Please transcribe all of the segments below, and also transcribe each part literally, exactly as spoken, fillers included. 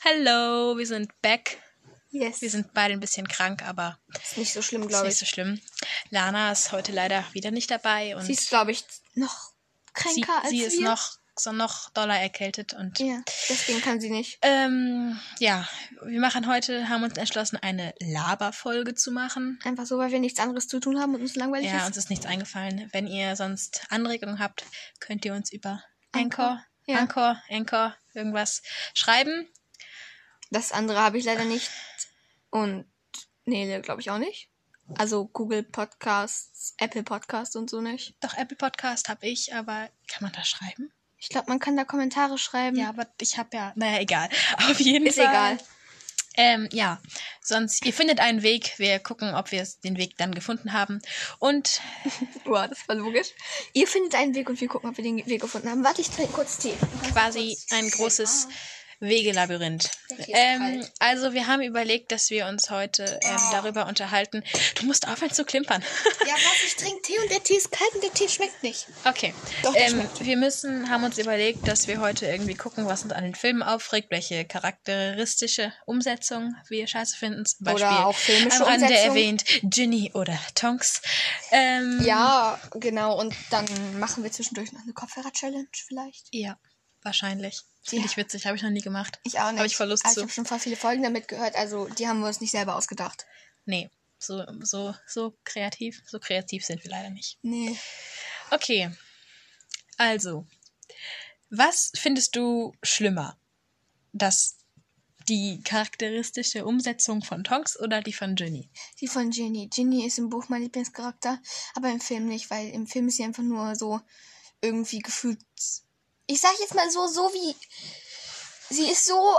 Hallo, wir sind back. Yes. Wir sind beide ein bisschen krank, aber Ist nicht so schlimm, ist glaube nicht ich. so schlimm. Lana ist heute leider wieder nicht dabei und Sie ist, glaube ich, noch sie, kränker als sie wir. ist noch so noch doller erkältet und Ja, deswegen kann sie nicht. ähm, ja, wir machen heute, haben uns entschlossen, eine Laberfolge zu machen. Einfach so, weil wir nichts anderes zu tun haben und uns langweilig Ja, ist. uns ist nichts eingefallen. Wenn ihr sonst Anregungen habt, könnt ihr uns über Anchor, Anchor, ja. Anchor, Anchor, irgendwas schreiben. Das andere habe ich leider nicht. Und Nele, glaube ich, auch nicht. Also Google Podcasts, Apple Podcasts und so nicht. Doch, Apple Podcast habe ich, aber kann man da schreiben? Ich glaube, man kann da Kommentare schreiben. Ja, aber ich habe ja, naja, egal. Auf jeden Ist Fall. egal. Ähm, ja, sonst, ihr findet einen Weg. Wir gucken, ob wir den Weg dann gefunden haben. Und Wow, das war logisch. Ihr findet einen Weg und wir gucken, ob wir den Weg gefunden haben. Warte, ich trinke kurz Tee. quasi ein großes Wegelabyrinth. Der Tee ist Ähm, kalt. also wir haben überlegt, dass wir uns heute ähm, darüber unterhalten. Du musst aufhören zu klimpern. Ja, was? Ich trinke Tee und der Tee ist kalt und der Tee schmeckt nicht. Okay. Doch, der ähm, schmeckt. wir müssen, haben uns überlegt, dass wir heute irgendwie gucken, was uns an den Filmen aufregt, welche charakteristische Umsetzung wir scheiße finden. Zum Beispiel Oder auch filmische am Rande Umsetzung. erwähnt Ginny oder Tonks. Ähm, Ja, genau. Und dann machen wir zwischendurch noch eine Kopfhörer-Challenge vielleicht. Ja, wahrscheinlich. Finde Ja. ich witzig, habe ich noch nie gemacht. Ich auch nicht. Habe ich voll Lust Aber zu. ich habe schon voll viele Folgen damit gehört. Also die haben wir uns nicht selber ausgedacht. Nee, so, so, so kreativ. So kreativ sind wir leider nicht. Nee. Okay, also, was findest du schlimmer? Das die charakteristische Umsetzung von Tonks oder die von Ginny? Die von Ginny. Ginny ist im Buch mein Lieblingscharakter, aber im Film nicht, weil im Film ist sie einfach nur so irgendwie gefühlt... Ich sag jetzt mal so, so wie... Sie ist so...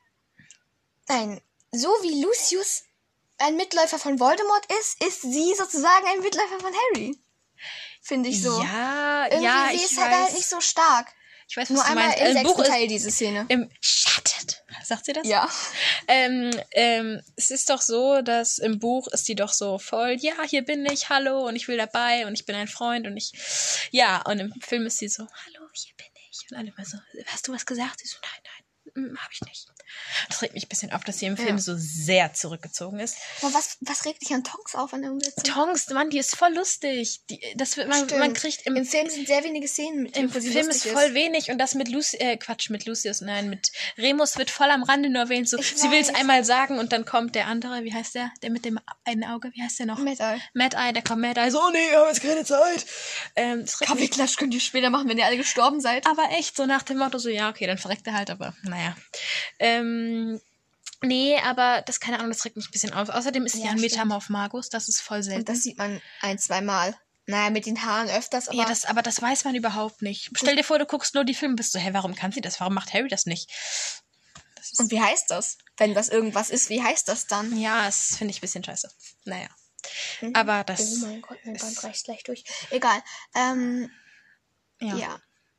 Nein, so wie Lucius ein Mitläufer von Voldemort ist, ist sie sozusagen ein Mitläufer von Harry. Finde ich so. Ja, Irgendwie, ja, sie ich ist weiß. halt, halt nicht so stark. Ich weiß, was Nur du einmal meinst. im Im sechsten Buch ist Teil diese Szene. im Shattered. Sagt sie das? Ja. Ähm, ähm, es ist doch so, dass im Buch ist die doch so voll, ja, hier bin ich, hallo, und ich will dabei und ich bin ein Freund und ich, ja, und im Film ist sie so, hallo, hier bin ich. Und alle mal so, hast du was gesagt? Sie so, nein, nein, hm, hab ich nicht. Das regt mich ein bisschen auf, dass sie im Film Ja. so sehr zurückgezogen ist. Aber was, was regt dich an Tonks auf an der Umsetzung? Tonks, Mann, die ist voll lustig. Die, das wird, man, Stimmt. man kriegt im, Im Film sind sehr wenige Szenen mit Im ihr, wo sie Film ist lustig voll wenig und das mit Lucy, äh, Quatsch, mit Lucius, nein, mit Remus wird voll am Rande nur erwähnt. So, Ich sie will es weiß. einmal sagen und dann kommt der andere, wie heißt der? Der mit dem einen Auge, wie heißt der noch? Mad-Eye. Mad-Eye, der kommt Mad-Eye, so, oh nee, ich hab jetzt keine Zeit. Ähm, das regt mich- Kaffeeklatsch könnt ihr später machen, wenn ihr alle gestorben seid. aber echt, so nach dem Motto, so, ja, okay, dann verreckt er halt, aber naja. Ähm, nee, aber das, keine Ahnung, das regt mich ein bisschen auf. Außerdem ist sie Ja, ja ein stimmt. Metamorph Magus, das ist voll selten. Und das sieht man ein, zwei Mal. Naja, mit den Haaren öfters, aber... ja, das, aber das weiß man überhaupt nicht. Stell dir vor, du guckst nur die Filme, bist du, hä, warum kann sie das? Warum macht Harry das nicht? Das ist, Und wie heißt das? Wenn das irgendwas ist, wie heißt das dann? ja, das finde ich ein bisschen scheiße. Naja. Aber das Oh mein Gott, mein Band ist- reißt gleich durch. Egal. Ähm, Ja. ja.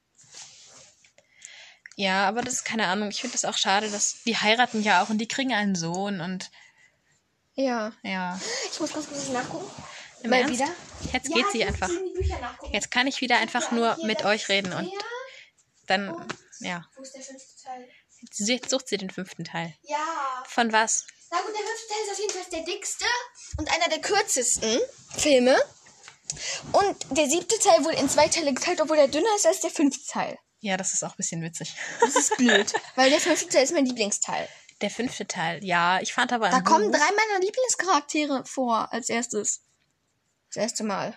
ja, aber das ist keine Ahnung. Ich finde das auch schade, dass die heiraten ja auch und die kriegen einen Sohn und Ja. ja. Ich muss ganz kurz nachgucken. Im Mal Ernst? wieder? Jetzt Ja, geht sie ich muss einfach. in die Bücher nachgucken. Jetzt kann ich wieder einfach nur Hier, mit das euch ist reden und der dann, und- ja. Wo ist der fünfte Teil? Jetzt jetzt sucht sie den fünften Teil. Ja. Von was? Na gut, der fünfte Teil ist auf jeden Fall der dickste und einer der kürzesten Filme. Und der siebte Teil wurde in zwei Teile geteilt, obwohl der dünner ist als der fünfte Teil. Ja, das ist auch ein bisschen witzig. Das ist blöd, weil der fünfte Teil ist mein Lieblingsteil. Der fünfte Teil, ja. Ich fand aber Da im kommen Buch- drei meiner Lieblingscharaktere vor als erstes. Das erste Mal.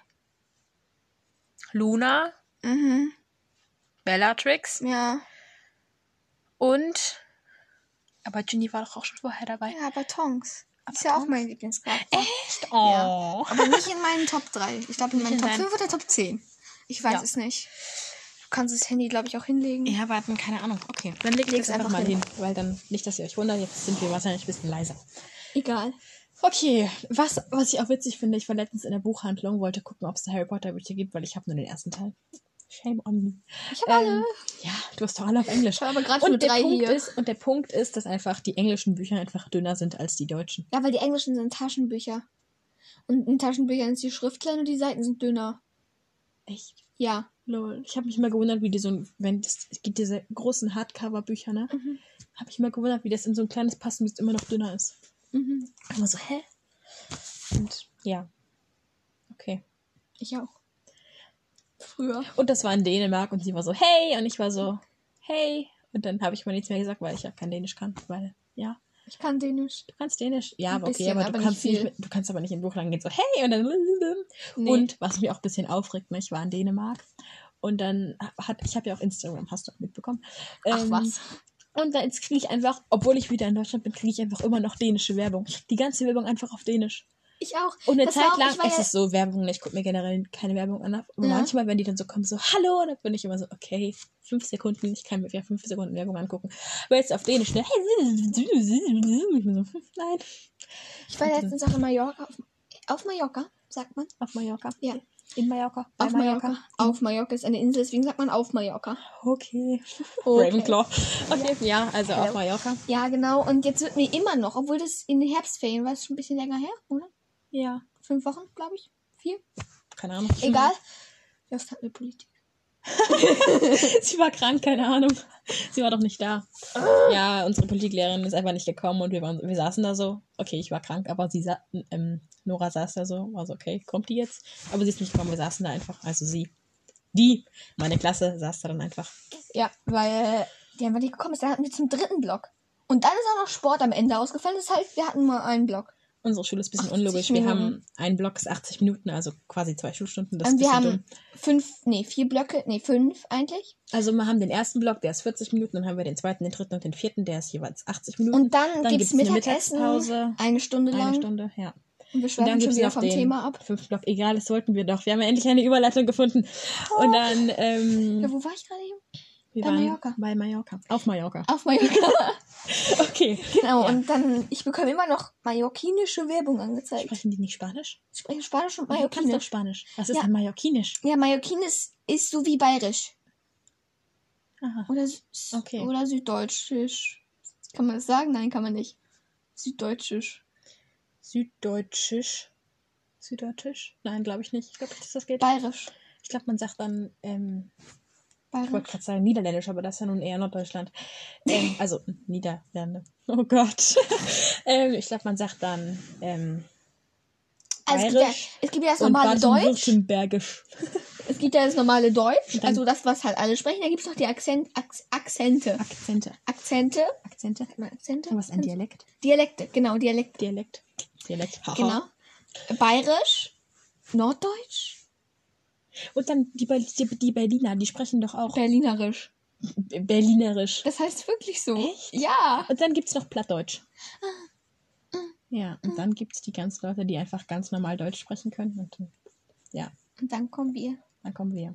Luna, Mhm. Bellatrix Ja. und... Aber Ginny war doch auch schon vorher dabei. Ja, aber Tonks. Aber Ist ja auch Tonks? mein Lieblingscharakter. Echt? Oh. Aber nicht in meinen Top drei. Ich glaube in Nicht meinen in Top deinen- fünf oder Top zehn. Ich weiß Ja. es nicht. Du kannst das Handy, glaube ich, auch hinlegen. Ja, aber dann keine Ahnung. Okay, dann leg ich Leg's das einfach einfach mal hin. hin. Weil dann, nicht, dass ihr euch wundert, jetzt sind wir wahrscheinlich ein bisschen leiser. Egal. Okay, was, was ich auch witzig finde, ich war letztens in der Buchhandlung, wollte gucken, ob es da Harry Potter Bücher gibt, weil ich habe nur den ersten Teil. Shame on me. Ich habe alle. Ähm, ja, du hast doch alle auf Englisch. Ich habe aber gerade nur Und der, drei Punkt hier. ist, und der Punkt ist, dass einfach die englischen Bücher einfach dünner sind als die deutschen. Ja, weil die englischen sind Taschenbücher. Und in Taschenbüchern ist die Schrift klein und die Seiten sind dünner. Echt? Ja. Lol. Ich habe mich mal gewundert, wie die so, ein- wenn das, es gibt diese großen Hardcover-Bücher, ne? Mhm. Habe ich mal gewundert, wie das in so ein kleines Passenmist immer noch dünner ist. Mhm. Aber so, hä? Und ja. Okay. Ich auch. Früher. Und das war in Dänemark und sie war so, hey. Und ich war so, hey. Und dann habe ich mal nichts mehr gesagt, weil ich ja kein Dänisch kann. Weil, ja, Ich kann Dänisch. du kannst Dänisch. Ja, Ein aber okay, bisschen, aber, aber du nicht kannst nicht, viel. mit, du kannst aber nicht im Buch lang gehen, so, hey. Und dann. Nee. Und was mich auch ein bisschen aufregt, ne? Ich war in Dänemark. Und dann hat, ich habe ja auch Instagram, hast du auch mitbekommen. Ach Ähm, was. Und dann kriege ich einfach, obwohl ich wieder in Deutschland bin, kriege ich einfach immer noch dänische Werbung. Die ganze Werbung einfach auf Dänisch. Ich auch. Und eine Das war Zeit auch- lang ich war ist ja- es so Werbung, ne, ich gucke mir generell keine Werbung an. Aber Ja. manchmal, wenn die dann so kommen, so, hallo, dann bin ich immer so, okay, fünf Sekunden, ich kann mir ja fünf Sekunden Werbung angucken. Aber jetzt auf Dänisch, ne? Ich bin so, hm, nein. Ich war letztens auch in Mallorca. Auf, auf Mallorca, sagt man. Auf Mallorca. Ja. In Mallorca. Bei Auf Mallorca. Auf Mallorca ist eine Insel, deswegen sagt man auf Mallorca. Okay. Okay. Ravenclaw. Okay, ja, also Hello. auf Mallorca. Ja, genau. Und jetzt wird mir immer noch, obwohl das in den Herbstferien war, ist schon ein bisschen länger her, oder? Ja. Fünf Wochen, glaube ich. Vier. Keine Ahnung. Egal. Was hat mit Politik? Sie war krank, keine Ahnung. Sie war doch nicht da. Ja, unsere Politiklehrerin ist einfach nicht gekommen und wir, waren, wir saßen da so. Okay, ich war krank, aber sie sa ähm, Nora saß da so. War so, okay, kommt die jetzt? Aber sie ist nicht gekommen, wir saßen da einfach. Also sie. Die, meine Klasse, saß da dann einfach. Ja, weil die einfach nicht gekommen ist. Dann hatten wir zum dritten Block. Und dann ist auch noch Sport am Ende ausgefallen. Das heißt, wir hatten nur einen Block. Unsere Schule ist ein bisschen achtzig unlogisch. Wir Minuten. haben einen Block ist achtzig Minuten, also quasi zwei Schulstunden. Das ist Und ein wir bisschen haben dumm. fünf, nee, vier Blöcke, nee, fünf eigentlich. Also wir haben den ersten Block, der ist vierzig Minuten, dann haben wir den zweiten, den dritten und den vierten, der ist jeweils achtzig Minuten. Und dann, Dann gibt es gibt's eine Mittagessen. Mittagspause. Eine Stunde lang. Eine Stunde, ja. Und wir Und schweifen dann schon gibt es wieder noch vom den Thema ab. fünften Block. Egal, das wollten wir doch. Wir haben ja endlich eine Überleitung gefunden. Und dann, ähm, Ja, wo war ich gerade eben? wir bei waren Mallorca. bei Mallorca. Auf Mallorca. Auf Mallorca. Okay. Genau, Ja. und dann, ich bekomme immer noch mallorquinische Werbung angezeigt. Sprechen die nicht Spanisch? Ich spreche Spanisch und Du kannst doch Mallorquinisch. Spanisch. Was ist Ja. denn Mallorquinisch? Ja, Mallorquinisch ist so wie bayerisch. Aha. Oder, Sü- Okay. oder süddeutschisch. Kann man das sagen? Nein, kann man nicht. Süddeutschisch. Süddeutschisch. Süddeutschisch? Nein, glaube ich nicht. Ich glaube nicht, dass das geht. Bayerisch. Ich glaube, man sagt dann, ähm, ich wollte Bayerisch. gerade sagen Niederländisch, aber das ist ja nun eher Norddeutschland. Ähm, also Niederlande. Oh Gott. ähm, ich glaube, man sagt dann ähm, Also es gibt, ja, Bayerisch es gibt ja das und normale Deutsch. Baden-Württembergisch. Es gibt ja das normale Deutsch. Und dann- Also das, was halt alle sprechen. Da gibt es noch die Akzent, Ax, Akzente. Akzente. Akzente. Akzente. Sagt man Akzente? Was ist ein Dialekt? Dialekte, genau, Dialekte. Dialekt. Dialekt. Haha. Genau. Bayerisch. Norddeutsch. Und dann die, Ber- die, die Berliner, die sprechen doch auch Berlinerisch. B- Berlinerisch. Das heißt wirklich so. Echt? Ja. Und dann gibt es noch Plattdeutsch. Ah. Ja, und dann gibt es die ganzen Leute, die einfach ganz normal Deutsch sprechen können. Und dann- ja, Und dann kommen wir. dann kommen wir.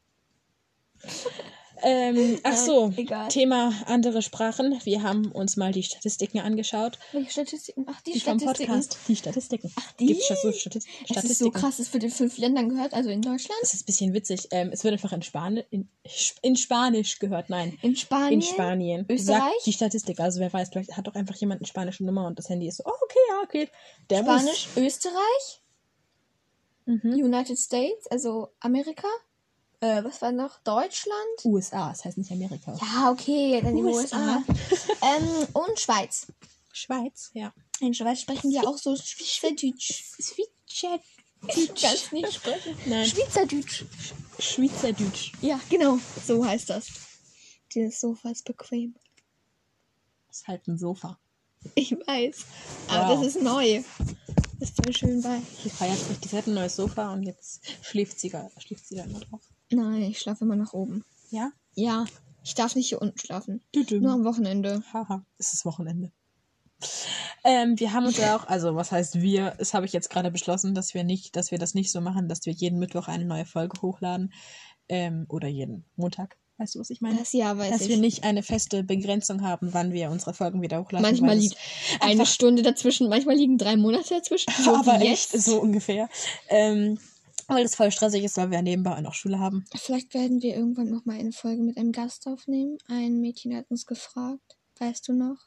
ähm, ach so, Äh, egal. Thema andere Sprachen. Wir haben uns mal die Statistiken angeschaut. Welche Statistiken? Ach, die, Die vom Statistiken. Podcast. Die Statistiken. Ach, die? Gibt's so Stati Es ist so Statistiken. krass, es wird in fünf Ländern gehört, also in Deutschland, Das ist ein bisschen witzig. Ähm, es wird einfach in, Spani in, in Spanisch gehört. Nein, in Spanien, in Spanien. Österreich? Sagt die Statistik. Also wer weiß, vielleicht hat doch einfach jemand eine spanische Nummer und das Handy ist so, oh, okay, ja, okay. Der Spanisch, Österreich, muss. Mhm. United States, also Amerika. Äh, was war noch? Deutschland? U S A, das heißt nicht Amerika. Ja, okay, dann die U U S S A. A. ähm, und Schweiz. Schweiz, ja. In Schweiz sprechen die ja auch so Schweizerdeutsch. Ich kann es nicht sprechen. Nein, Schweizerdeutsch. Schweizerdeutsch. Ja, genau, so heißt das. Dieses Sofa ist bequem. Das ist halt ein Sofa. Ich weiß, aber Wow. das ist neu. Das ist voll schön bei. Die feiert richtig. Sie hat ein neues Sofa und jetzt schläft sie, gar- schläft sie da immer drauf. Nein, ich schlafe immer nach oben. Ja? Ja, ich darf nicht hier unten schlafen. Düdüm. Nur am Wochenende. Haha, es ist Wochenende. Ähm, wir haben uns ja auch, also was heißt wir, das habe ich jetzt gerade beschlossen, dass wir nicht, dass wir das nicht so machen, dass wir jeden Mittwoch eine neue Folge hochladen. Ähm, oder jeden Montag. Weißt du, was ich meine? Das ja, weiß Dass ich. wir nicht eine feste Begrenzung haben, wann wir unsere Folgen wieder hochladen. Manchmal weil es liegt eine einfach- Stunde dazwischen, manchmal liegen drei Monate dazwischen. So aber wie echt, jetzt. so ungefähr. Ähm, weil das voll stressig ist, weil wir nebenbei auch noch Schule haben. Vielleicht werden wir irgendwann noch mal eine Folge mit einem Gast aufnehmen. Ein Mädchen hat uns gefragt. Weißt du noch?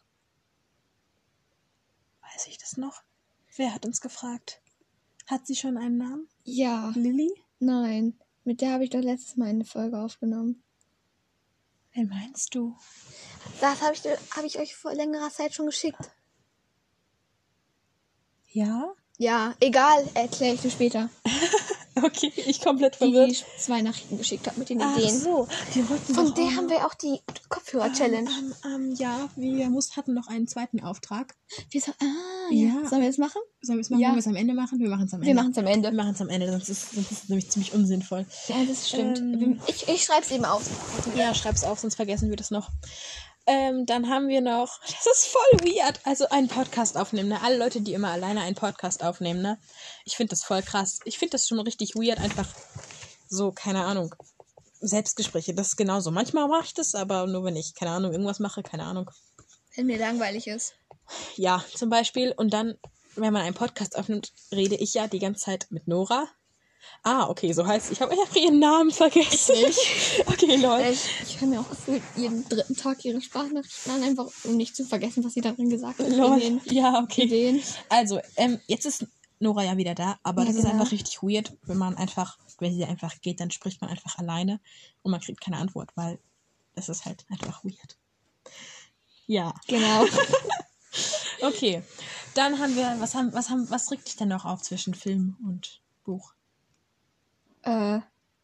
Weiß ich das noch? Wer hat uns gefragt? Hat sie schon einen Namen? Ja. Lilly? Nein. Mit der habe ich doch letztes Mal eine Folge aufgenommen. Wen meinst du? Das habe ich, hab ich euch vor längerer Zeit schon geschickt. Ja? Ja, egal, erkläre ich dir später. Okay, ich komplett Die verwirrt. ich zwei Nachrichten geschickt habe mit den Ach Ideen. so, wir wollten Von doch der auch haben noch- wir auch die Kopfhörer-Challenge. Ähm, ähm, ähm, ja, wir muss, hatten noch einen zweiten Auftrag. Wir so, ah, ja. Ja. Sollen wir das machen? Sollen wir es machen? Ja. Wollen wir es am Ende machen? Wir machen es am Ende. Wir machen es am Ende. Wir machen es am Ende, sonst ist, sonst ist es nämlich ziemlich unsinnvoll. Ja, das stimmt. Ähm, ich ich schreibe es eben auf. Ja, schreib's auf, sonst vergessen wir das noch. Ähm, dann haben wir noch, das ist voll weird, also einen Podcast aufnehmen, ne? Alle Leute, die immer alleine einen Podcast aufnehmen, ne? Ich finde das voll krass. Ich finde das schon richtig weird, einfach so, keine Ahnung, Selbstgespräche, das ist genauso. Manchmal mache ich das, aber nur wenn ich, keine Ahnung, irgendwas mache, keine Ahnung. Wenn mir langweilig ist. Ja, zum Beispiel. Und dann, wenn man einen Podcast aufnimmt, rede ich ja die ganze Zeit mit Nora. Ah, okay, so heißt, ich habe einfach ihren Namen vergessen. Okay, lol. Ich, ich höre mir auch gefühlt jeden dritten Tag ihre Sprachnachrichten an, einfach um nicht zu vergessen, was sie darin gesagt hat. Lol. In den Ja, okay. Ideen. Also, ähm, jetzt ist Nora ja wieder da, aber Ja, das ist genau. einfach richtig weird, wenn man einfach, wenn sie einfach geht, dann spricht man einfach alleine und man kriegt keine Antwort, weil das ist halt einfach weird. Ja, Genau. okay. Dann haben wir, was haben, was haben, was regt dich denn noch auf zwischen Film und Buch? äh,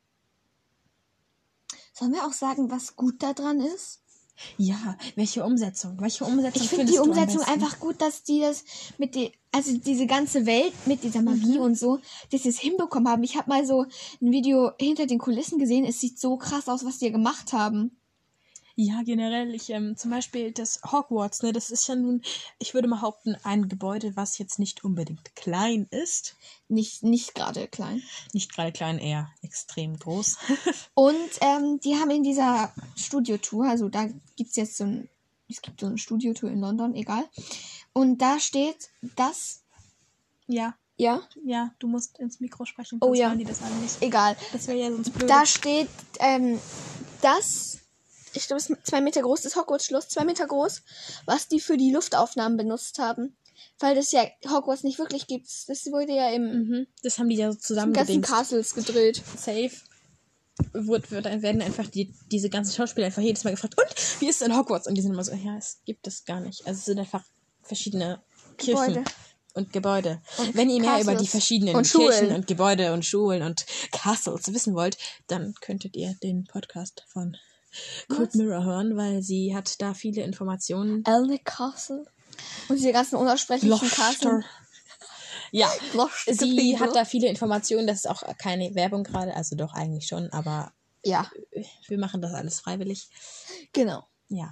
sollen wir auch sagen, was gut daran ist? Ja, welche Umsetzung? Welche Umsetzung Ich finde findest die du am Umsetzung besten? einfach gut, dass die das mit die, also diese ganze Welt mit dieser Magie Mhm. und so, dass sie es hinbekommen haben. Ich habe mal so ein Video hinter den Kulissen gesehen. Es sieht so krass aus, was die gemacht haben. Ja, generell, ich, ähm, zum Beispiel das Hogwarts, ne, das ist ja nun, ich würde mal behaupten, ein Gebäude, was jetzt nicht unbedingt klein ist. Nicht, nicht gerade klein. Nicht gerade klein, eher extrem groß. Und ähm, die haben in dieser Studiotour, also da gibt es jetzt so ein, es gibt so eine Studiotour in London, egal. Und da steht, dass, Ja, ja, ja, du musst ins Mikro sprechen, Oh sonst ja. hören die das alle nicht. egal. Das wäre ja sonst blöd. Da steht, ähm, dass, ich glaube, es ist zwei Meter groß, das Hogwarts-Schloss, zwei Meter groß, was die für die Luftaufnahmen benutzt haben. Weil das ja Hogwarts nicht wirklich gibt. Das wurde ja im, Mhm, das haben die ja so im ganzen zusammengedingst. Castles gedreht. Safe. Wird, wird, dann werden einfach die, diese ganzen Schauspieler einfach jedes Mal gefragt, und wie ist denn Hogwarts? Und die sind immer so, ja, es gibt es gar nicht. Also es sind einfach verschiedene Kirchen Gebäude. und Gebäude. Und Wenn ihr mehr Castles. über die verschiedenen Und Kirchen Schulen. und Gebäude und Schulen und Castles wissen wollt, dann könntet ihr den Podcast von Cold Was? Mirror hören, weil sie hat da viele Informationen. Elnick Castle. Und diese ganzen unaussprechlichen Gloucester. Castles. Ja, Gloucester sie Cathedral. hat da viele Informationen. Das ist auch keine Werbung gerade, also doch eigentlich schon, aber Ja, wir machen das alles freiwillig. genau. Ja.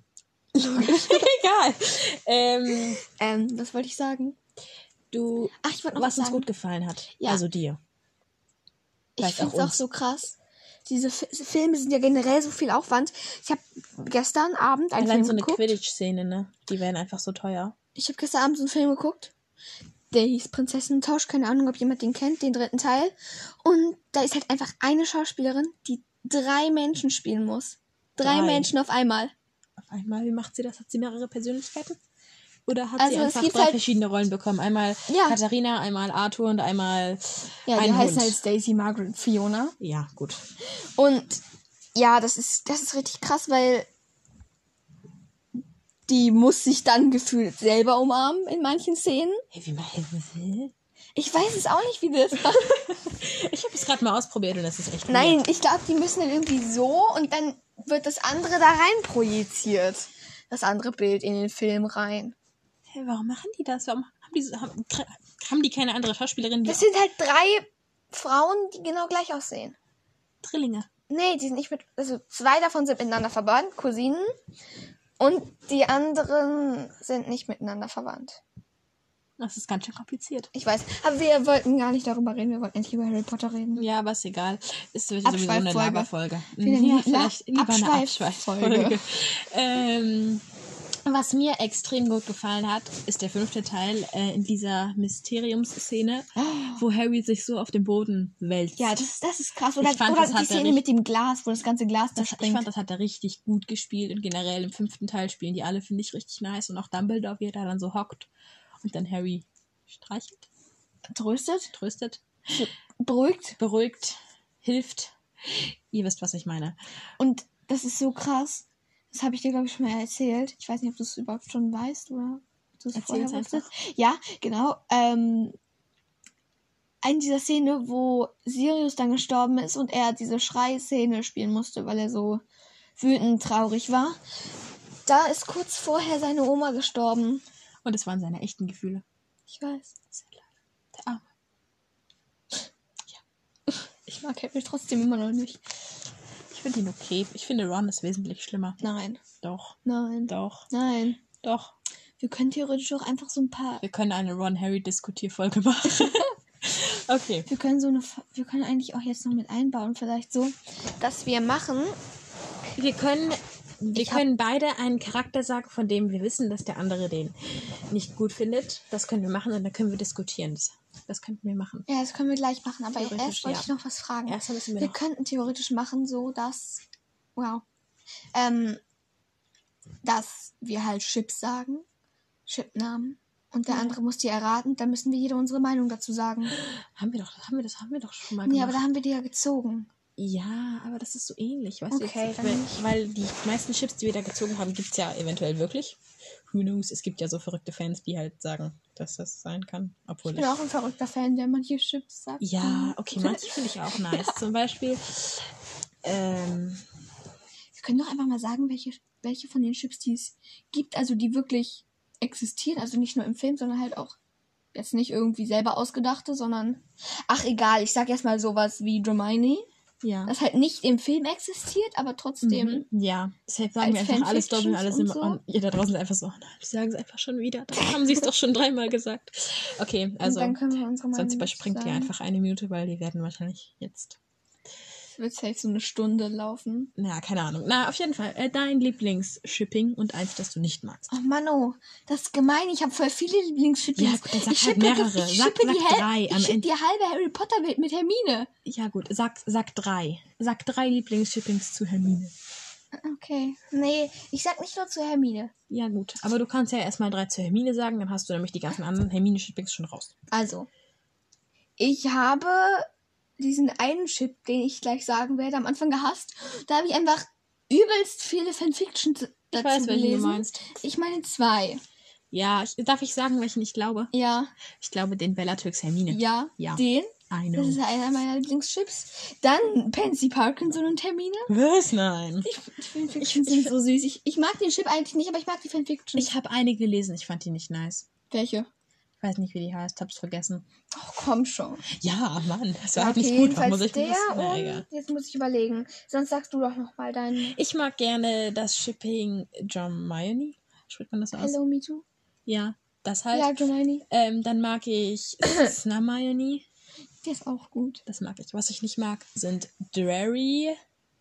Egal. Ähm, Ähm, was wollte ich sagen? du, Ach, ich wollte noch was was uns sagen. gut gefallen hat. Ja. Also dir. Ich Vielleicht finde auch es auch uns. so krass. Diese F Filme sind ja generell so viel Aufwand. Ich habe gestern Abend einen Allein Film so eine geguckt. Quidditch-Szene, ne? Die wären einfach so teuer. Ich habe gestern Abend so einen Film geguckt. Der hieß Prinzessinnen-Tausch. Keine Ahnung, ob jemand den kennt, den dritten Teil. Und da ist halt einfach eine Schauspielerin, die drei Menschen spielen muss. Drei, Drei. Menschen auf einmal. Auf einmal, wie macht sie das? Hat sie mehrere Persönlichkeiten? Oder hat Also sie es einfach gibt drei halt- verschiedene Rollen bekommen? Einmal Ja. Katharina, einmal Arthur und einmal Ja, die ein heißen Hund. halt Stacy, Margaret, Fiona. Ja, gut. Und ja, das ist, das ist richtig krass, weil die muss sich dann gefühlt selber umarmen in manchen Szenen. Hey, wie man Ich weiß es auch nicht, wie das war. Ich habe es gerade mal ausprobiert und das ist echt Nein, ich glaube, die müssen dann irgendwie so und dann wird das andere da rein projiziert. Das andere Bild in den Film rein. Hey, warum machen die das? Warum haben die, so- haben, haben die keine andere Schauspielerin? Die Das sind halt drei Frauen, die genau gleich aussehen. Drillinge. Nee, die sind nicht mit. Also zwei davon sind miteinander verwandt, Cousinen. Und die anderen sind nicht miteinander verwandt. Das ist ganz schön kompliziert. Ich weiß. Aber wir wollten gar nicht darüber reden. Wir wollten endlich über Harry Potter reden. Ja, aber ist egal. Ist sowieso eine Abschweiffolge. Laberfolge. Eine Ja, La- vielleicht lieber eine Abschweiffolge. Abschweiffolge. ähm, was mir extrem gut gefallen hat, ist der fünfte Teil äh, in dieser Mysteriumsszene, wo Harry sich so auf dem Boden wälzt. Ja, das, das ist krass. Oder, Ich fand, oder das die hat er Szene richtig- mit dem Glas, wo das ganze Glas das, ich zerspringt. fand, das hat er richtig gut gespielt und generell im fünften Teil spielen die alle, finde ich, richtig nice. Und auch Dumbledore, wie er da dann so hockt und dann Harry streichelt, Tröstet, tröstet, beruhigt. beruhigt. hilft. Ihr wisst, was ich meine. Und das ist so krass. Das habe ich dir, glaube ich, schon mal erzählt. Ich weiß nicht, ob du es überhaupt schon weißt oder ob du es vorher Erzähl's wusstest. Ja, genau. Ähm, in dieser Szene, wo Sirius dann gestorben ist und er diese Schrei-Szene spielen musste, weil er so wütend traurig war. Da ist kurz vorher seine Oma gestorben. Und es waren seine echten Gefühle. Ich weiß. Sehr leid. Der Arme. Ich mag Harry trotzdem immer noch nicht. Ich finde ihn okay. Ich finde Ron ist wesentlich schlimmer. Nein. Doch. Nein. Doch. Nein. Doch. Wir können theoretisch auch einfach so ein paar... Wir können eine Ron-Harry-Diskutierfolge machen. Okay. Wir können so eine... Wir können eigentlich auch jetzt noch mit einbauen, vielleicht so, dass wir machen... Wir können, wir Ich hab- können beide einen Charakter sagen, von dem wir wissen, dass der andere den nicht gut findet. Das können wir machen und dann können wir diskutieren. Das, das könnten wir machen. Ja, das können wir gleich machen, aber Theoretisch, erst wollte ja. ich noch was fragen. Erst müssen wir Wir noch... könnten theoretisch machen, so dass... Wow. Ähm, dass wir halt Chips sagen. Chipnamen. Und der Ja. andere muss die erraten. Dann müssen wir jeder unsere Meinung dazu sagen. Haben wir doch, haben wir das haben wir doch schon mal Nee, gemacht. aber da haben wir die ja gezogen. Ja, aber das ist so ähnlich, weißt Okay, du? Jetzt, dann weil, nicht. weil die meisten Chips, die wir da gezogen haben, gibt es ja eventuell wirklich. Who knows? Es gibt ja so verrückte Fans, die halt sagen, dass das sein kann. Obwohl Ich bin auch ein verrückter Fan, der manche Chips sagt. Ja, okay, manche finde ich auch nice. Zum Beispiel, ähm, Wir können doch einfach mal sagen, welche, welche von den Chips die es gibt, also die wirklich existieren, also nicht nur im Film, sondern halt auch jetzt nicht irgendwie selber ausgedachte, sondern ach egal, ich sag erstmal sowas wie Hermione, ja. das halt nicht im Film existiert, aber trotzdem. Mhm. Ja, deshalb sagen wir als einfach alles doppelt und Fanfictions alles und immer. so. Und ihr da draußen ist einfach so, oh nein, die sagen es einfach schon wieder. Da haben sie es doch schon dreimal gesagt. Okay, also und dann können wir unsere Meinung sonst überspringt dazu ihr sagen. einfach eine Minute, weil die werden wahrscheinlich jetzt. Es wird safe so eine Stunde laufen. Na, keine Ahnung. Na, auf jeden Fall. Äh, dein Lieblings-Shipping und eins, das du nicht magst. Oh Mann, oh, das ist gemein. Ich habe voll viele Lieblingsshippings. Ja, gut, dann sag ich halt shippe mehrere. ge- Ich Sag- shippe sag die, Hel- drei am ich shippe Ende. die halbe Harry Potter Welt mit Hermine. Ja, gut. Sag, sag drei. Sag drei Lieblings-Shippings zu Hermine. Okay. Nee, ich sag nicht nur zu Hermine. Ja, gut. Aber du kannst ja erstmal drei zu Hermine sagen, dann hast du nämlich die ganzen anderen Hermine-Shippings schon raus. Also, ich habe diesen einen Chip, den ich gleich sagen werde, am Anfang gehasst. Da habe ich einfach übelst viele Fanfictions dazu Ich weiß, welchen gelesen. du meinst. Ich meine zwei. Ja, ich, darf ich sagen, welchen ich glaube? Ja, Ich glaube, den Bellatrix Hermine. ja, Ja. den. I Das know. ist einer meiner Lieblingschips. Dann Pansy Parkinson und Hermine. Was? Nein. Die, die Fanfictions sind so süß. Ich, ich mag den Chip eigentlich nicht, aber ich mag die Fanfictions. Ich habe eine gelesen, ich fand die nicht nice. Welche? Ich weiß nicht, wie die heißt, hab's vergessen. Oh, komm schon. Ja, Mann, das war halt Okay, nicht gut. jedenfalls Muss ich der das? Na, und egal. jetzt muss ich überlegen. Sonst sagst du doch noch mal deinen Ich mag gerne das Shipping Hermione. Spricht man das aus? Hello Me Too. Ja, das halt. Ja, Hermione. Ähm, dann mag ich Snamayoni. Der ist auch gut. Das mag ich. Was ich nicht mag, sind Drarry.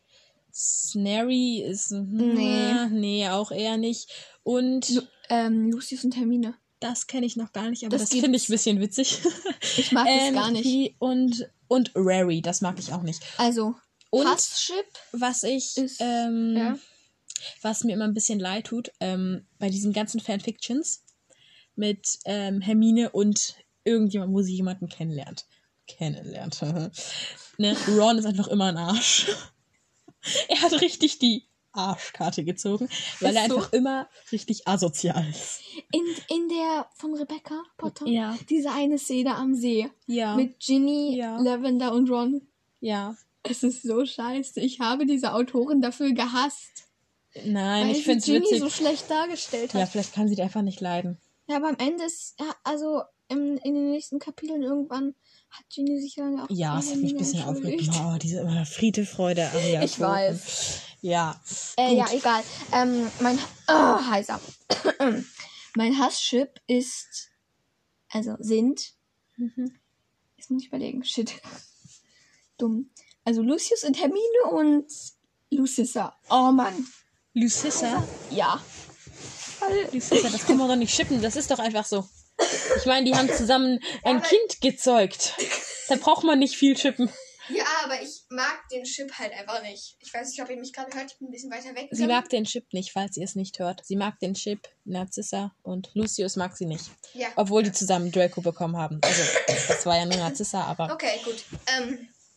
Snary ist... Nee. Nee, auch eher nicht. Und Lu ähm, Lucius und Hermine. das kenne ich noch gar nicht, aber Das das, finde ich gibt's. ein bisschen witzig. Ich mag das Ähm, gar nicht. wie- Und, und Rary, das mag ich auch nicht. Also, Und Hasschip was ich... ist... ähm, ja. was mir immer ein bisschen leid tut, ähm, bei diesen ganzen Fanfictions mit ähm, Hermine und irgendjemand, wo sie jemanden kennenlernt. Kennenlernt. ne? Ron ist einfach immer ein Arsch. er hat richtig die Arschkarte gezogen, weil Ist er so. einfach immer richtig asozial ist. In, in der von Rebecca Potter. Ja. Diese eine Szene am See. Ja. Mit Ginny, Ja. Lavender und Ron. ja. Es ist so scheiße. Ich habe diese Autorin dafür gehasst. Nein, weil ich sie finde es Ginny witzig. so schlecht dargestellt hat. ja, vielleicht kann sie die einfach nicht leiden. Ja, aber am Ende ist, ja, also im, in den nächsten Kapiteln irgendwann hat Ginny sich dann auch Ja, bei es hat mich ein Hermine bisschen entschuldigt. aufgeregt. Oh, diese immer Friede, Freude, Aria. Ich weiß. Ja. Äh, Gut. ja, egal. Ähm, mein, oh, heißer. mein Hasschip ist, also sind, Mhm. jetzt muss ich überlegen, shit. Dumm. Also Lucius und Hermine und Lucissa. Oh Mann. Lucissa? Ja. Weil, Lucissa, das kann man doch nicht schippen. Das ist doch einfach so. Ich meine, die haben zusammen ein aber- Kind gezeugt. Da braucht man nicht viel chippen. ja, aber ich mag den Chip halt einfach nicht. Ich weiß nicht, ob ihr mich gerade hört. Ich bin ein bisschen weiter weg. Sie mag den Chip nicht, falls ihr es nicht hört. Sie mag den Chip, Narcissa, und Lucius mag sie nicht. Ja. Obwohl die zusammen Draco bekommen haben. Also, das war ja nur Narcissa, aber... Okay, gut. Ähm,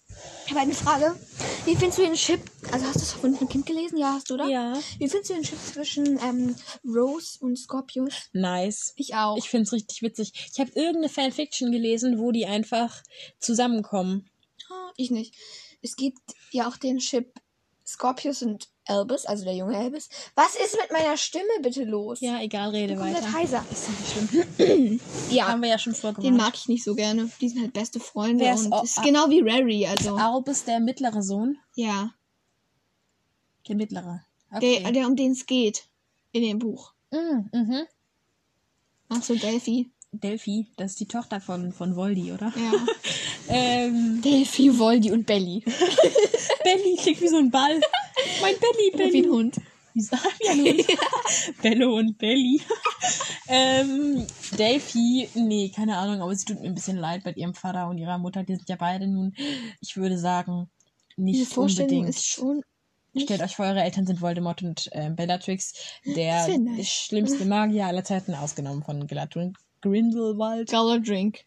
Ich habe eine Frage. Wie findest du den Chip? Also hast du es von einem Kind gelesen? Ja, hast du, oder? Ja. Wie findest du den Chip zwischen ähm, Rose und Scorpius? Nice. Ich auch. Ich find's richtig witzig. Ich habe irgendeine Fanfiction gelesen, wo die einfach zusammenkommen. Ah, ich nicht. Es gibt ja auch den Chip Scorpius und Albus, also der junge Albus. Was ist mit meiner Stimme bitte los? Ja, egal, rede Komplett weiter. heiser. Ist nicht schlimm. Ja, Haben wir ja schon vorgemacht. den mag ich nicht so gerne. Die sind halt beste Freunde Wer ist und Au- ist genau wie Rary, also. Albus, der mittlere Sohn. Ja, Der mittlere. Okay. der, der um den es geht in dem Buch. Mm, mhm. Ach so, Delphi. Delphi, das ist die Tochter von, von Voldy, oder? Ja. Ähm, Delphi, Voldy und Belly. Belly klingt wie so ein Ball. Mein Belly, Belly. Wie ein Hund. Wie so- wie ein Hund. Bello und Belly. ähm, Delphi, nee, keine Ahnung, aber sie tut mir ein bisschen leid bei ihrem Vater und ihrer Mutter. Die sind ja beide nun, ich würde sagen, Diese nicht Vorstellung unbedingt. ist schon. nicht- Stellt euch vor, eure Eltern sind Voldemort und ähm, Bellatrix, der Das wär nice. schlimmste Magier aller Zeiten, ausgenommen von Galadriel, Grindelwald, Galadrink.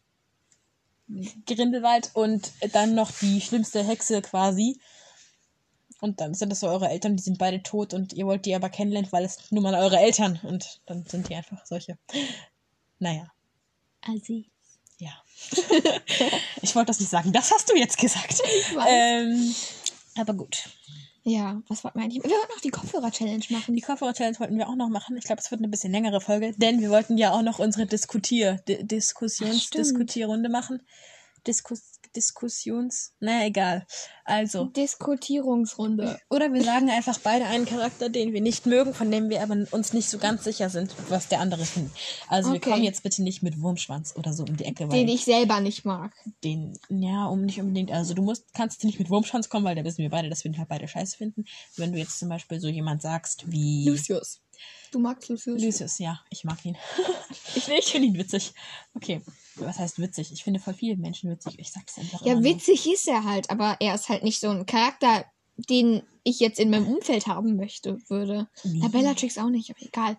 Grindelwald und dann noch die schlimmste Hexe quasi. Und dann sind das so eure Eltern, die sind beide tot und ihr wollt die aber kennenlernen, weil es nun mal eure Eltern und dann sind die einfach solche. Naja, Assi. ja. Ich wollte das nicht sagen, das hast du jetzt gesagt. Ich weiß. Ähm, aber gut. Ja, was wollten wir eigentlich? Wir wollten noch die Kopfhörer-Challenge machen. Die Kopfhörer-Challenge wollten wir auch noch machen. Ich glaube, es wird eine bisschen längere Folge, denn wir wollten ja auch noch unsere Diskutier, Di- Diskussions, Ach, stimmt. Diskutierrunde machen. Diskus, Diskussions, naja, egal. Also, Diskutierungsrunde. oder wir sagen einfach beide einen Charakter, den wir nicht mögen, von dem wir aber uns nicht so ganz sicher sind, was der andere findet. Also wir Okay. kommen jetzt bitte nicht mit Wurmschwanz oder so um die Ecke, weil Den ich selber nicht mag. den, ja, um nicht unbedingt, also du musst, kannst nicht mit Wurmschwanz kommen, weil da wissen wir beide, dass wir den halt beide scheiße finden. Wenn du jetzt zum Beispiel so jemand sagst wie Lucius. Du magst Lucius? Lucius, ja, ich mag ihn. Ich Ich finde ihn witzig. Okay, was heißt witzig? Ich finde voll viele Menschen witzig. Ich sag das einfach Ja, immer nur. witzig ist er halt, aber er ist halt nicht so ein Charakter, den ich jetzt in meinem Umfeld haben möchte, würde. Nee. Na, Bellatrix auch nicht, aber egal.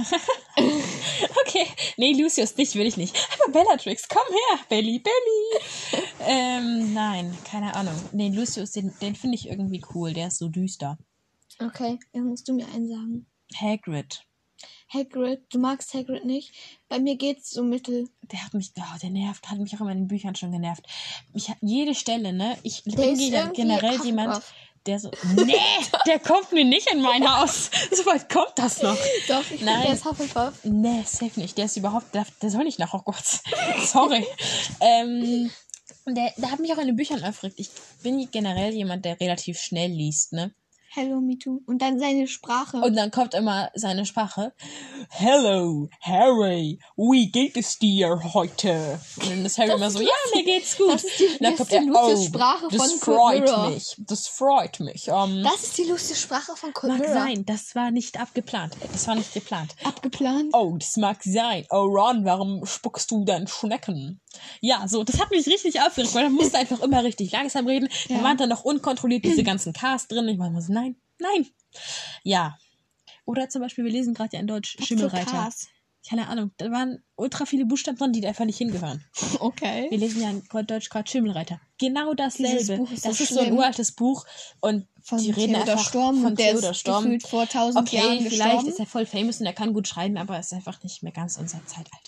Okay, nee, Lucius, dich will ich nicht. Aber Bellatrix, komm her, Belly, Belly. ähm, nein, keine Ahnung. Nee, Lucius, den, den finde ich irgendwie cool. Der ist so düster. Okay, dann musst du mir einen sagen. Hagrid, Hagrid, du magst Hagrid nicht? Bei mir geht's so mittel. der hat mich, oh, der nervt, hat mich auch immer in den Büchern schon genervt. Mich hat jede Stelle, ne? Ich Der bin ist ge- irgendwie generell jemand, Hufflepuff. der so, nee, der kommt mir nicht in mein Haus. So weit kommt das noch. Doch, ich Nein. finde, der ist Hufflepuff. Nee, safe nicht. Der ist überhaupt, der, der soll nicht nach Hogwarts. Sorry. ähm, der, der hat mich auch in den Büchern aufgeregt. Ich bin generell jemand, der relativ schnell liest, ne? Hello, me too. Und dann seine Sprache. Und dann kommt immer seine Sprache. Hello, Harry, wie geht es dir heute? Und dann ist Harry Das immer ist so, ja, mir geht's gut. Das ist die- Und dann das kommt ist er, die oh, Lucius-Sprache das von freut Cordelia. mich. Das freut mich. Ähm, Das ist die lustige Sprache von mag Cordelia. sein, das war nicht abgeplant. Das war nicht geplant. Abgeplant. Oh, das mag sein. Oh, Ron, warum spuckst du dann Schnecken? Ja, so, das hat mich richtig aufgeregt, weil er musste einfach immer richtig langsam reden. Ja. Da waren dann noch unkontrolliert diese ganzen Ks drin. Ich war immer so, nein, nein. Ja. Oder zum Beispiel, wir lesen gerade ja in Deutsch Was für Schimmelreiter. Ks? Keine Ahnung, da waren ultra viele Buchstaben drin, die da einfach nicht hingehören. Okay. Wir lesen ja in Deutsch gerade Schimmelreiter. Genau dasselbe. Dieses Buch ist so das ist so ein schlimm. uraltes Buch und Von die reden Theodor einfach Storm von und der Theodor ist Storm. gefühlt vor tausend Okay, Jahren vielleicht gestorben. ist er voll famous und er kann gut schreiben, aber er ist einfach nicht mehr ganz unser Zeitalter.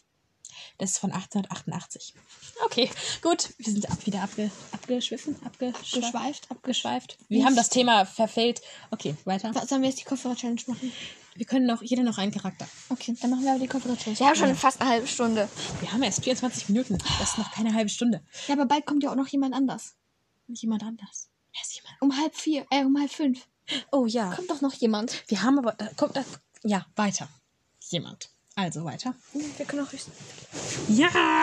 Das ist von achtzehnhundertachtundachtzig. Okay, gut. Wir sind ab, wieder abge, abgeschwiffen, abgeschweift, Geschweift, abgeschweift. Wir haben das Thema verfehlt. Okay, weiter. Was sollen wir jetzt die Kopfhörer-Challenge machen? Wir können noch, jeder noch einen Charakter. Okay, dann machen wir aber die Kopfhörer-Challenge. Wir haben schon fast eine halbe Stunde. Wir haben erst vierundzwanzig Minuten. Das ist noch keine halbe Stunde. Ja, aber bald kommt ja auch noch jemand anders. Jemand anders. Wer ist jemand? Um halb vier, äh, um halb fünf. Oh ja. Kommt doch noch jemand. Wir haben aber, da kommt, da, ja, weiter. Jemand. Also weiter. Wir können auch höchstens. Ja!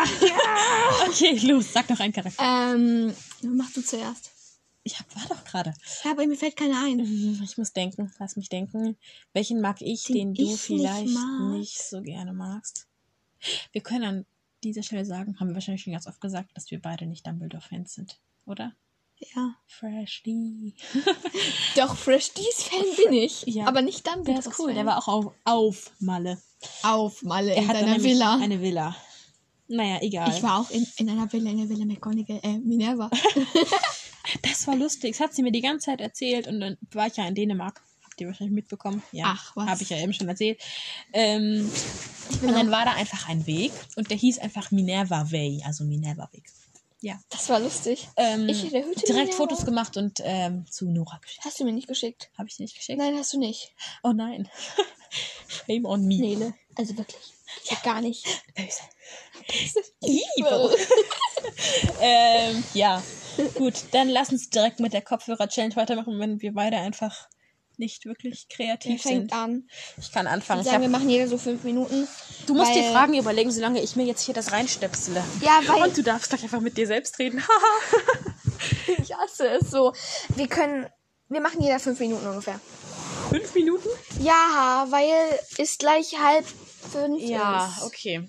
Ja! Okay, los, sag noch einen Charakter. Ähm, mach du zuerst. Ich hab, war doch gerade. Ja, aber mir fällt keiner ein. Ich muss denken, lass mich denken. Welchen mag ich, Den den, du ich nicht vielleicht mag? nicht so gerne magst? Wir können an dieser Stelle sagen, haben wir wahrscheinlich schon ganz oft gesagt, dass wir beide nicht Dumbledore-Fans sind, oder? Ja. Freshly. Doch, Fresh D's Fan bin ich. Ja. Aber nicht dann. Der ist cool, der war auch auf, auf Malle. auf Malle in Er hat seiner nämlich Villa. eine Villa. Naja, egal. Ich war auch in, in einer Villa, in der Villa McGonagall, äh, Minerva. Das war lustig. Das hat sie mir die ganze Zeit erzählt und dann war ich ja in Dänemark. Habt ihr wahrscheinlich mitbekommen? Ja. Ach, was? Habe ich ja eben schon erzählt. Ähm, Ich bin und dann auch, war da einfach ein Weg und der hieß einfach Minerva Way, also Minerva Weg. Ja. das war lustig. Ähm, Ich in der Hütte direkt Minerva. Fotos gemacht und ähm, zu Nora geschickt. Hast du mir nicht geschickt? Habe ich dir nicht geschickt? Nein, hast du nicht. Oh nein. Shame on me. Nele. Also wirklich. Ja, gar nicht. Böse. Liebe. ähm, ja. Gut, dann lass uns direkt mit der Kopfhörer-Challenge weitermachen, wenn wir beide einfach nicht wirklich Wer kreativ fängt sind. an? Ich kann anfangen. Ich Ich sagen, wir hab, machen jeder so fünf Minuten. du musst weil- dir Fragen überlegen, solange ich mir jetzt hier das reinstöpsele. Ja, weil Und du darfst gleich einfach mit dir selbst reden. Haha. ich hasse es so. Wir können, wir machen jeder fünf Minuten ungefähr. Fünf Minuten? Ja, weil ist gleich halb fünf Ja, ist. okay.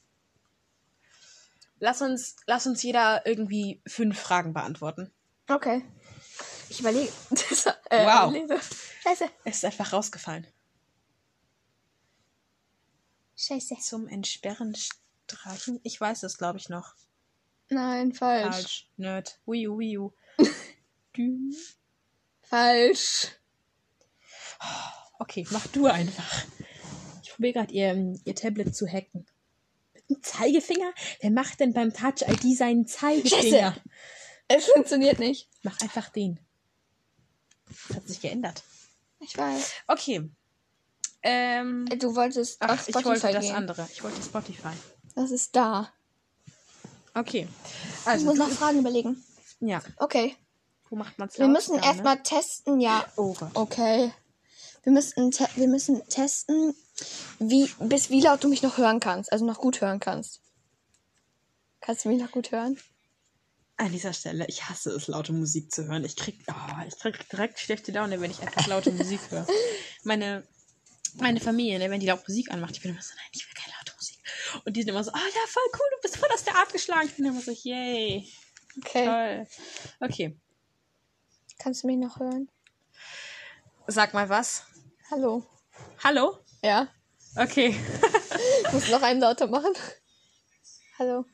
Lass uns, lass uns jeder irgendwie fünf Fragen beantworten. Okay. Ich überlege. Das, äh, Wow. überlege. Scheiße. Es ist einfach rausgefallen. Scheiße. Zum Entsperren streichen? Ich weiß es, glaube ich, noch. Nein, falsch. Falsch. Nerd. Wii U, Wii U. Du. Falsch. Okay, mach du einfach. Ich probiere gerade ihr, ihr Tablet zu hacken. Mit einem Zeigefinger? Wer macht denn beim Touch I D seinen Zeigefinger? Scheiße. Es funktioniert nicht. Mach einfach den. Das hat sich geändert. Ich weiß. Okay. Ähm, Du wolltest ach, auf ich Spotify wollte das gehen. andere. Ich wollte Spotify. Das ist da. Okay. Ich Also, muss du, noch Fragen überlegen. ja. Okay. Wo macht man's Wir laut? müssen Da, ne? erstmal testen, ja. Oh Gott. Okay. Wir müssen, te wir müssen testen, wie, bis wie laut du mich noch hören kannst. Also noch gut hören kannst. Kannst du mich noch gut hören? An dieser Stelle, ich hasse es, laute Musik zu hören. Ich krieg, oh, ich krieg direkt schlechte Laune, wenn ich einfach laute Musik höre. Meine, meine Familie, ne, wenn die laut Musik anmacht, ich bin immer so, nein, ich will keine laute Musik. Und die sind immer so, ah oh, ja, voll cool, du bist voll aus der Art geschlagen. Ich bin immer so, yay, Okay. toll. Okay, Kannst du mich noch hören? sag mal was. Hallo. Hallo? Ja. Okay. Ich muss noch einen lauter machen. Hallo.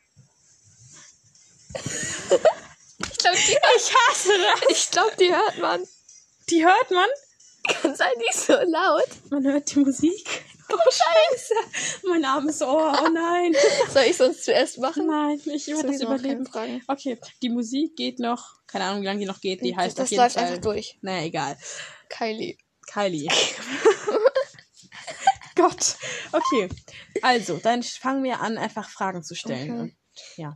Ich glaube, die, Ich hasse das. ich glaub, die hört man. Die hört man. Kann sein, die ist so laut. Man hört die Musik. Oh, scheiße. Mein armes Ohr. Oh nein. Soll ich sonst zuerst machen? Nein, ich werde das Sowieso noch überleben. keine Fragen. Okay, die Musik geht noch. Keine Ahnung, wie lange die noch geht. Die heißt das auf jeden läuft Fall. einfach durch. Naja, egal. Kylie. Kylie. Gott. Okay. Also, dann fangen wir an, einfach Fragen zu stellen. Okay. Und, ja.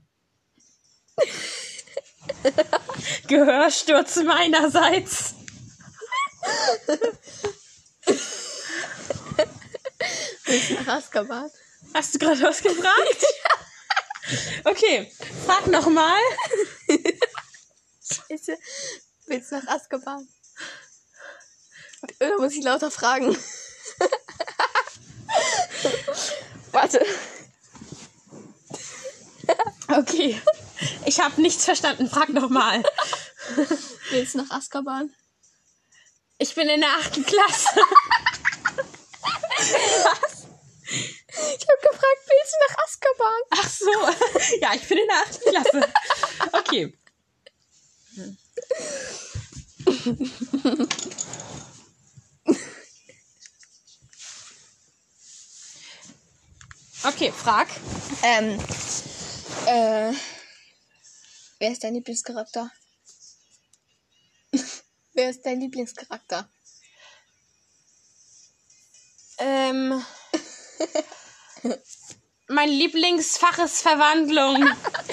Gehörsturz meinerseits. Willst du nach Azkaban? Hast du gerade was gefragt? Okay, frag nochmal. Scheiße. Willst du nach Azkaban? Oder muss ich lauter fragen? Warte. Okay. Ich habe nichts verstanden. Frag nochmal. Willst du nach Azkaban? Ich bin in der achten Klasse. Ich habe gefragt, willst du nach Azkaban? Ach so. Ja, ich bin in der achten Klasse. Okay. Okay, frag. Ähm, äh, wer ist dein Lieblingscharakter? Wer ist dein Lieblingscharakter? Ähm, mein Lieblingsfach ist Verwandlung.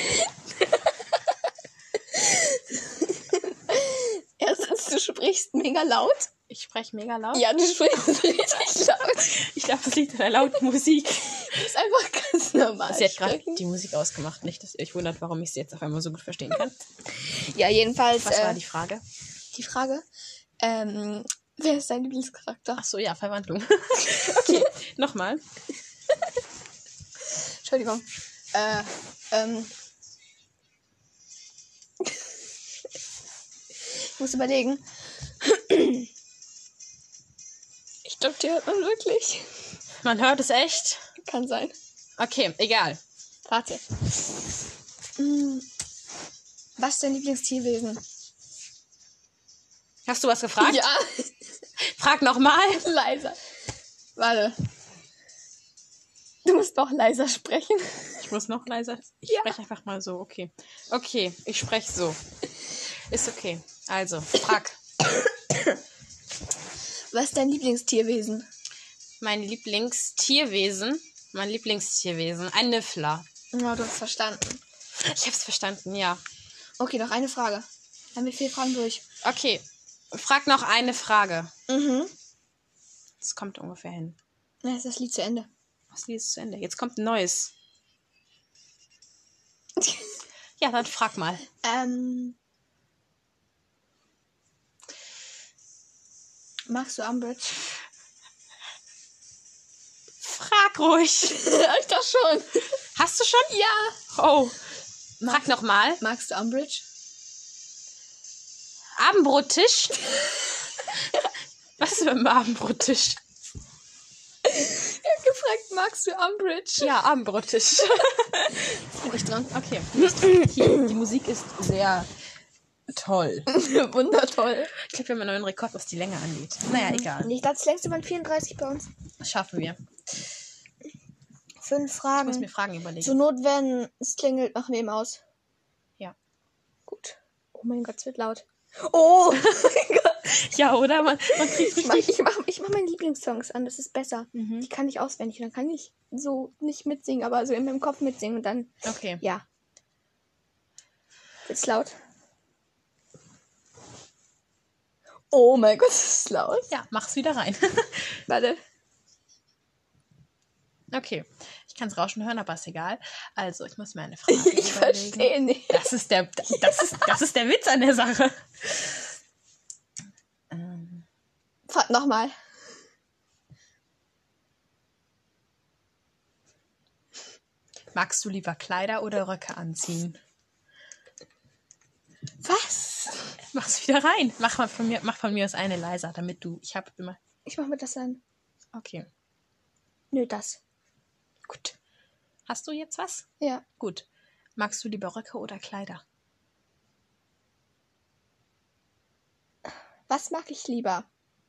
Erstens, du sprichst mega laut. Ich spreche mega laut. Ja, du sprichst richtig laut. Ich glaube, das liegt an der lauten Musik. Du bist einfach ganz normal. Sie hat gerade sprechen. die Musik ausgemacht. Nicht, dass ihr euch wundert, warum ich sie jetzt auf einmal so gut verstehen kann. Ja, jedenfalls. Was äh, war die Frage? die Frage? Ähm, wer ist dein Lieblingscharakter? Ach so, ja, Verwandlung. Okay, nochmal. Entschuldigung. Äh, ähm. Ich muss überlegen. Ich glaube, die hört man wirklich. Man hört es echt. Kann sein. Okay, egal. Warte. Hm. Was ist dein Lieblingstierwesen? Hast du was gefragt? Ja. Frag nochmal. Leiser. Warte. Du musst doch leiser sprechen. Ich muss noch leiser. Ich Ja. spreche einfach mal so. Okay. Okay, ich spreche so. Ist okay. Also, frag. Was ist dein Lieblingstierwesen? Mein Lieblingstierwesen. Mein Lieblingstierwesen. Ein Niffler. Ja, du hast verstanden. Ich hab's verstanden, ja. Okay, noch eine Frage. Dann haben wir vier Fragen durch. Okay. Frag noch eine Frage. Mhm. Das kommt ungefähr hin. Dann ist das Lied zu Ende. Das Lied ist zu Ende. Jetzt kommt ein neues. Ja, dann frag mal. ähm. Magst du Umbridge? Frag ruhig. ich doch schon. Hast du schon? Ja. Oh. Frag nochmal. Magst du Umbridge? Abendbrottisch? Was ist mit dem Abendbrottisch? Ich hab gefragt, magst du Umbridge? Ja, Abendbrottisch. Bin ich dran. Okay. Die, die Musik ist sehr toll. Wundertoll. Ich glaube, wir haben einen neuen Rekord, was die Länge angeht. Naja, egal. Ich dachte, das längste waren vierunddreißig bei uns. Das schaffen wir. Fünf Ich Fragen. muss mir Fragen überlegen. Zur Not, wenn es klingelt, machen wir eben aus. Ja. Gut. Oh mein Gott, es wird laut. Oh mein Gott. Ja, oder? Man, man kriegt Ich mach, richtig... ich, mach, ich mach meine Lieblingssongs an, das ist besser. Mhm. Die kann ich auswendig und dann kann ich so nicht mitsingen, aber so in meinem Kopf mitsingen und dann, Okay. ja. Wird's laut? Oh mein Gott, es ist laut. Ja, mach's wieder rein. Warte. Okay. Ich kann es Rauschen hören, aber ist egal. Also, ich muss mir eine Frage Ich überlegen. verstehe nicht. Das ist der, das ist, das ist der Witz an der Sache. Ähm, Frag nochmal. magst du lieber Kleider oder Röcke anziehen? Was? Mach's wieder rein. Mach mal von mir, mach von mir aus eine leiser, damit du. Ich habe immer. Ich mach mir das an. Okay, Nö, das. gut. Hast du jetzt was? Ja. Gut. Magst du lieber Röcke oder Kleider? Was mag ich lieber?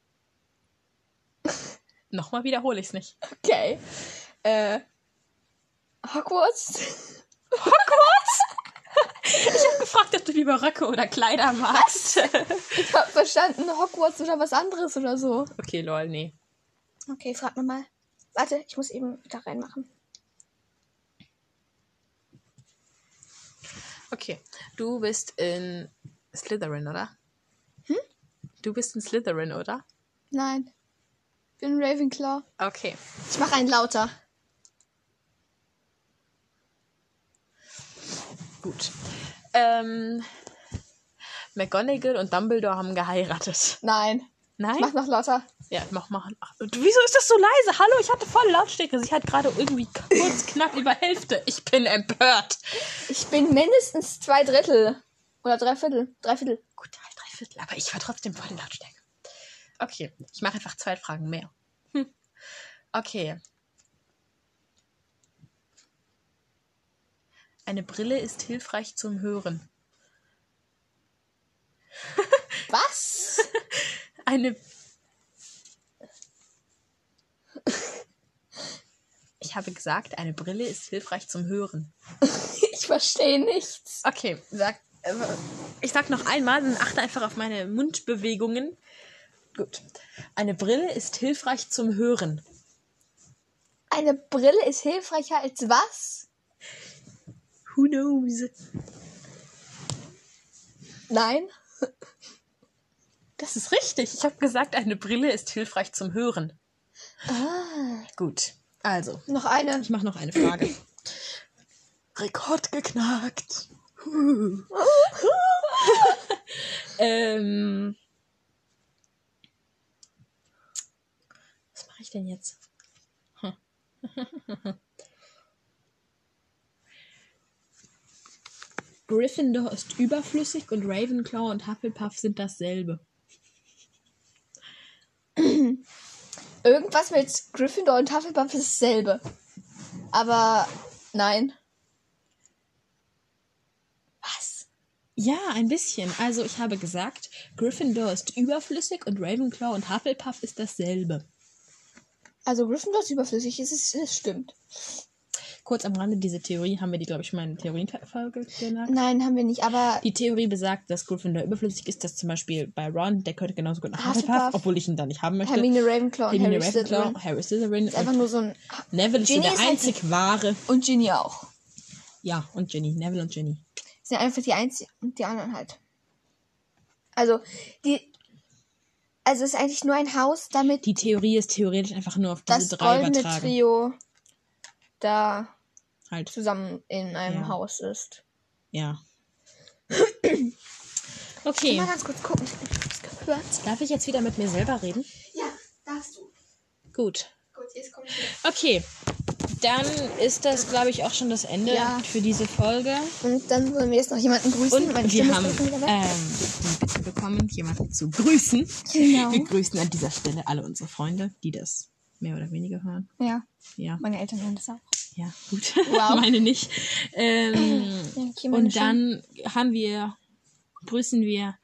Nochmal wiederhole ich es nicht. Okay. Äh. Hogwarts? Ich habe gefragt, ob du lieber Röcke oder Kleider magst. Ich hab verstanden, Hogwarts oder was anderes oder so. Okay, lol, nee. Okay, frag nochmal. Warte, ich muss eben wieder reinmachen. Okay. Du bist in Slytherin, oder? Hm? Du bist in Slytherin, oder? Nein. Ich bin Ravenclaw. Okay. Ich mache einen lauter. Gut. Ähm, McGonagall und Dumbledore haben geheiratet. Nein. Nein? Ich mach noch lauter. Ja, mach mal. Ach, und wieso ist das so leise? Hallo, ich hatte voll Lautstärke. Sie hat gerade irgendwie kurz knapp über Hälfte. Ich bin empört. Ich bin mindestens zwei Drittel. Oder drei Viertel. Drei Viertel. Gut, halt drei Viertel, aber ich war trotzdem voll Lautstärke. Okay, ich mache einfach zwei Fragen mehr. Hm. Okay. Eine Brille ist hilfreich zum Hören. Was? Eine... Ich habe gesagt, eine Brille ist hilfreich zum Hören. Ich verstehe nichts. Okay, sag, äh, ich sag noch einmal, dann achte einfach auf meine Mundbewegungen. Gut. Eine Brille ist hilfreich zum Hören. Eine Brille ist hilfreicher als was? Who knows? Nein. Das ist richtig. Ich habe gesagt, eine Brille ist hilfreich zum Hören. Ah. Gut. Also, Noch eine. ich mache noch eine Frage. Rekord geknackt. ähm, was mache ich denn jetzt? Hm. Gryffindor ist überflüssig und Ravenclaw und Hufflepuff sind dasselbe. Irgendwas mit Gryffindor und Hufflepuff ist dasselbe. Aber nein. Was? Ja, ein bisschen. Also ich habe gesagt, Gryffindor ist überflüssig und Ravenclaw und Hufflepuff ist dasselbe. Also Gryffindor ist überflüssig, es, ist, es stimmt. Kurz am Rande, diese Theorie, haben wir die, glaube ich, schon mal in der Theorienfolge genannt. Nein, haben wir nicht, aber Die Theorie besagt, dass Gryffindor überflüssig ist, dass zum Beispiel bei Ron, der könnte genauso gut nach Hufflepuff, Hufflepuff, obwohl ich ihn da nicht haben möchte. Hermine Ravenclaw und Hermine Harry Ravenclaw, Slytherin. Harry Slytherin Ist einfach und nur so ein... Neville ist so Ginny der ist halt- einzig wahre. Und Ginny auch. Ja, und Ginny, Neville und Ginny. Sind einfach die einzigen und die anderen halt. Also, die... Also es ist eigentlich nur ein Haus, damit Die Theorie ist theoretisch einfach nur auf diese das drei goldene übertragen. Trio da Halt, zusammen in einem Ja. Haus ist. ja. Ich Okay, mal ganz kurz gucken, ich hab nichts gehört. darf ich jetzt wieder mit mir selber reden? Ja, darfst du. Gut. Gut, jetzt komme ich wieder. Okay, dann ist das, glaube ich, auch schon das Ende Ja. für diese Folge. Und dann wollen wir jetzt noch jemanden grüßen. Und Meine wir Stimme haben ist schon wieder weg. ähm, die Bitte bekommen, jemanden zu grüßen. Genau. Wir grüßen an dieser Stelle alle unsere Freunde, die das mehr oder weniger hören. Ja, Ja, meine Eltern hören das auch. ja, gut. Wow. Meine nicht. Ähm, Ja, okay, meine und dann haben wir, grüßen wir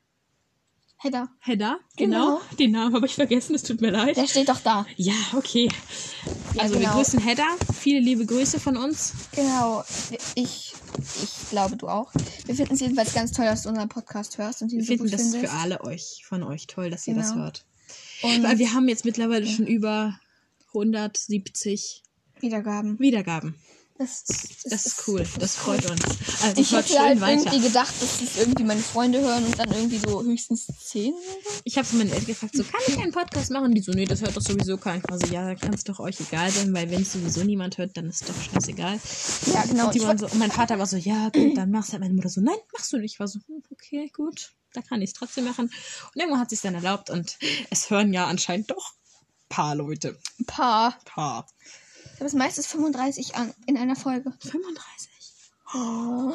Hedda. Hedda. Genau. Genau. Den Namen habe ich vergessen, es tut mir leid. Der steht doch da. Ja, okay. Ja, Also wir genau. grüßen Hedda. Viele liebe Grüße von uns. Genau. Ich, ich glaube, du auch. Wir finden es jedenfalls ganz toll, dass du unseren Podcast hörst und ihn Wir so finden gut das findest. für alle euch, von euch toll, dass ihr das Genau. hört. Und Weil wir haben jetzt mittlerweile schon über hundertsiebzig Wiedergaben. Wiedergaben. Das, das, Das ist cool. Das freut uns. Also Ich hört hätte halt schön weiter. irgendwie gedacht, dass das irgendwie meine Freunde hören und dann irgendwie so höchstens zehn oder so. Ich habe meine Eltern gefragt, so, kann ich einen Podcast machen? Die so, nee, das hört doch sowieso keiner. Ich war so, ja, kann es doch euch egal sein, weil wenn es sowieso niemand hört, dann ist es doch scheißegal. Ja, genau. Und, die Ich waren wollt- so, und mein Vater war so, ja, gut, dann machst du. Meine Mutter so, nein, machst du nicht. Ich war so, hm, okay, gut, da kann ich es trotzdem machen. Und irgendwann hat sie es dann erlaubt und es hören ja anscheinend doch paar Leute. ein paar. Paar. Ich habe es meistens fünfunddreißig an, in einer Folge. fünfunddreißig. Oh.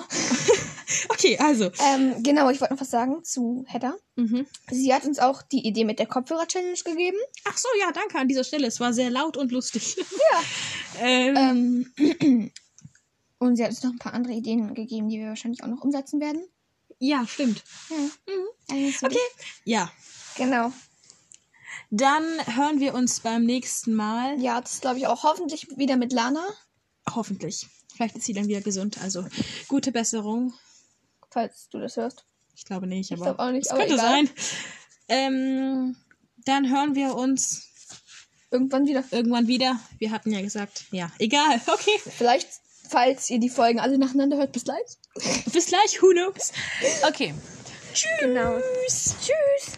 Okay, also. Ähm, genau, ich wollte noch was sagen zu Hedda. Mhm. Sie hat uns auch die Idee mit der Kopfhörer-Challenge gegeben. Ach so, ja, danke an dieser Stelle. Es war sehr laut und lustig. Ja. ähm, Ähm, und sie hat uns noch ein paar andere Ideen gegeben, die wir wahrscheinlich auch noch umsetzen werden. ja, stimmt. Ja. Also, Okay. Ja. Genau. Dann hören wir uns beim nächsten Mal. Ja, das glaube ich auch. Hoffentlich wieder mit Lana, Hoffentlich. Vielleicht ist sie dann wieder gesund. Also gute Besserung. falls du das hörst. Ich glaube nicht, Ich aber glaub auch nicht, es aber könnte egal. sein. Ähm, dann hören wir uns Irgendwann wieder. irgendwann wieder. Wir hatten ja gesagt, ja, egal. Okay. Vielleicht, falls ihr die Folgen alle nacheinander hört. Bis gleich. Bis gleich. Who knows? Okay. Genau. Tschüss. Tschüss.